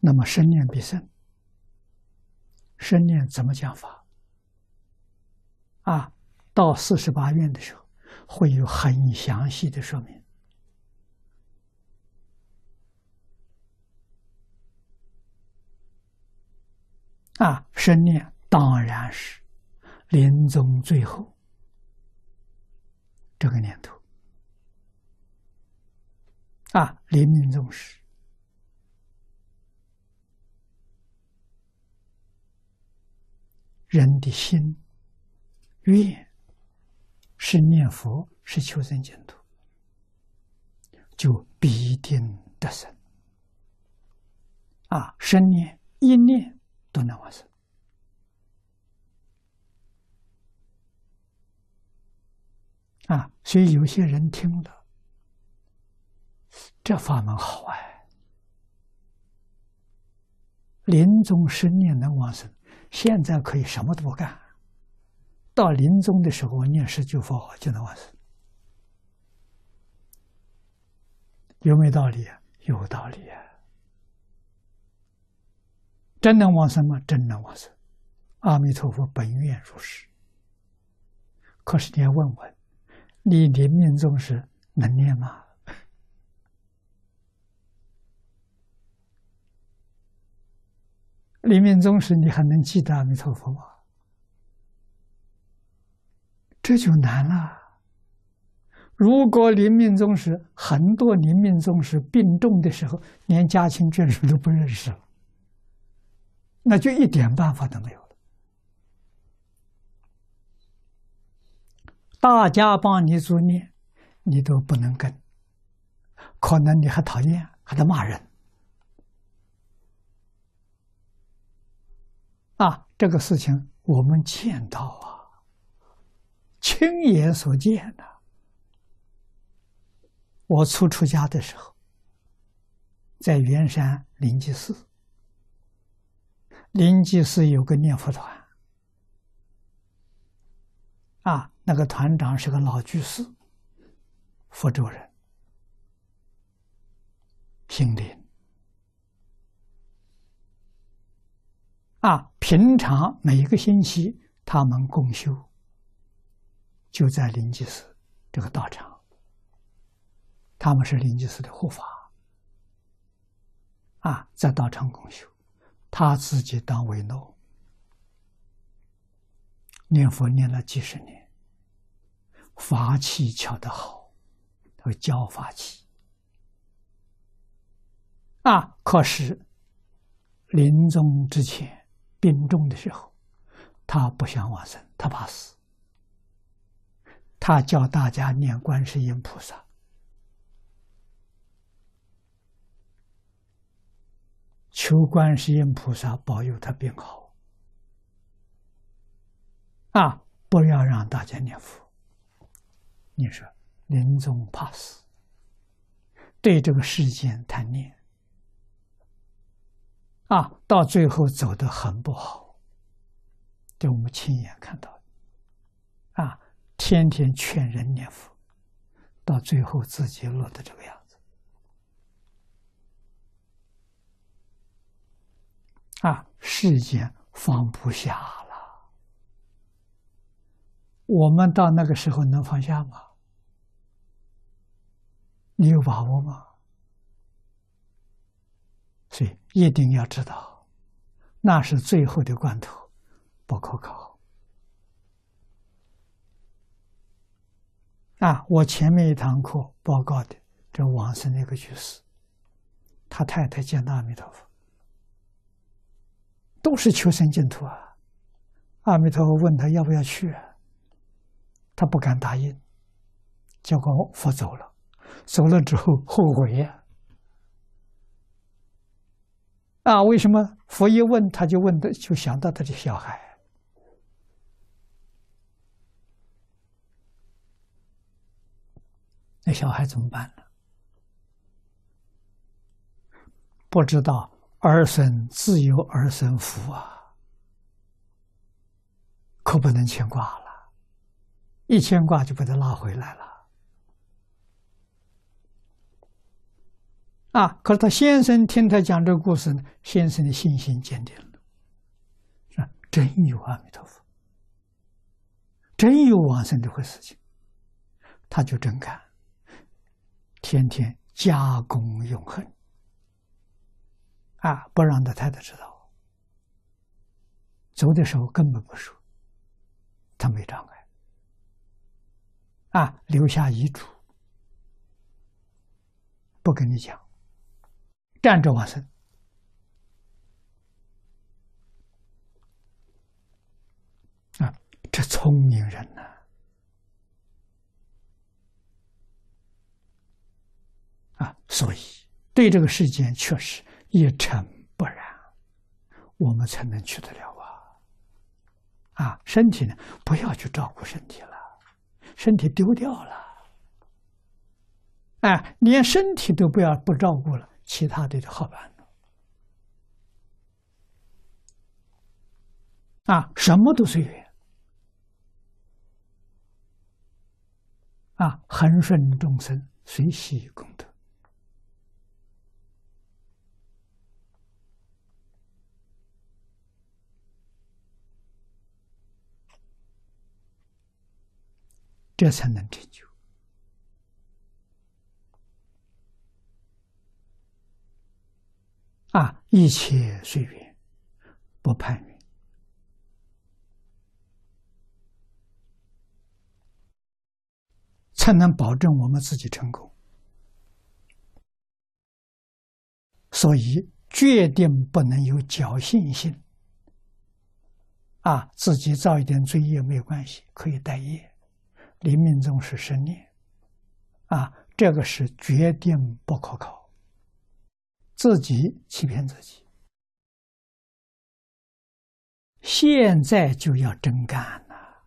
那么生念必生，生念怎么讲法？到48愿的时候，会有很详细的说明。生念当然是临终最后这个念头。临命终时，人的心愿是念佛，是求生净土，就必定得生。生念一念都能往生。所以有些人听了，这法门好临终生念能往生，现在可以什么都不干，到临终的时候念十九佛就能往生，有没有道理？有道理。真能往生吗？真能往生，阿弥陀佛本愿如是。可是你要问问，你临命终时能念吗？临命终时你还能记得阿弥陀佛吗？这就难了。如果临命终时，很多临命终时病重的时候，连家亲眷属都不认识了，那就一点办法都没有了。大家帮你助念，你都不能跟，可能你还讨厌，还得骂人。这个事情我们见到亲眼所见的。我初出家的时候，在圆山灵济寺，灵济寺有个念佛团，那个团长是个老居士，福州人，姓林。平常每个星期他们共修，就在灵济寺这个道场，他们是灵济寺的护法，在道场共修，他自己当维诺，念佛念了几十年，法器敲得好，会教法器。可是临终之前病重的时候，他不想往生，他怕死，他教大家念观世音菩萨，求观世音菩萨保佑他病好，不要让大家念佛。你说临终怕死，对这个世间贪念，到最后走得很不好，这我们亲眼看到的。天天劝人念佛，到最后自己落得这个样子。世间放不下了。我们到那个时候能放下吗？你有把握吗？所以一定要知道，那是最后的关头，不可靠。我前面一堂课报告的这往生那个居士，他太太见到阿弥陀佛，都是求生净土阿弥陀佛问他要不要去，他不敢答应，结果佛走了，走了之后后悔为什么？佛一问他就问的，就想到他的小孩。那小孩怎么办呢？不知道儿孙自有儿孙福可不能牵挂了，一牵挂就把他拉回来了。 可是他先生听他讲这个故事呢，先生的信心坚定了，是真有阿弥陀佛，真有往生这回事情，他就真干，天天加功永恒，不让他太太知道，走的时候根本不说，他没障碍，留下遗嘱，不跟你讲，站着往生。这聪明人呐！所以对这个世间确实一尘不染，我们才能去得了身体呢，不要去照顾身体了，身体丢掉了，连身体都不照顾了，其他的就好办了。什么都随缘。恒顺众生，随喜功德。这才能成就。一切随缘，不攀缘。才能保证我们自己成功。所以决定不能有侥幸心。自己造一点罪业没有关系，可以带业。临命终时生念，这个是决定不可靠，自己欺骗自己。现在就要真干了，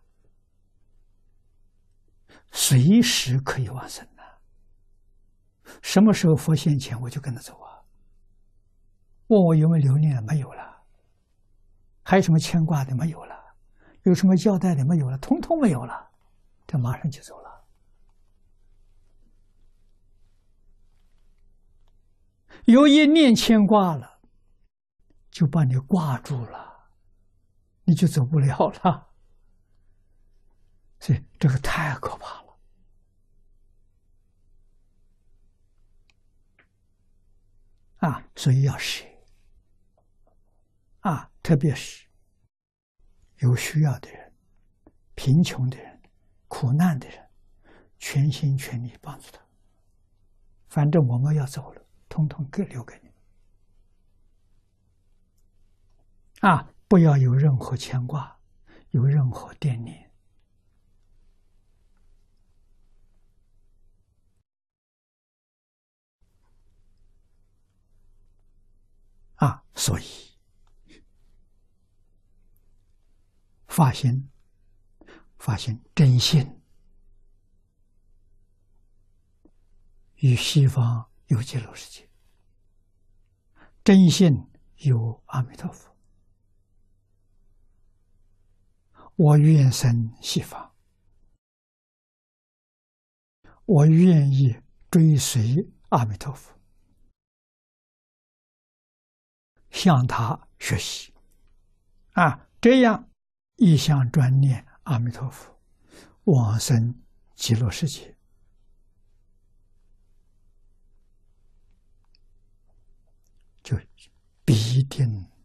随时可以往生了。什么时候佛现前，我就跟他走问我有没有留念，没有了。还有什么牵挂的，没有了。有什么交代的，没有了，通通没有了，这马上就走了。有一念牵挂了，就把你挂住了，你就走不了了。所以这个太可怕了。所以要舍。特别是有需要的人、贫穷的人、苦难的人，全心全力帮助他。反正我们要走了，统统留给你们。不要有任何牵挂，有任何惦念。所以发心真心，与西方有极乐世界，真心有阿弥陀佛。我愿生西方，我愿意追随阿弥陀佛，向他学习。这样一向专念阿弥陀佛，往生极乐世界，就必定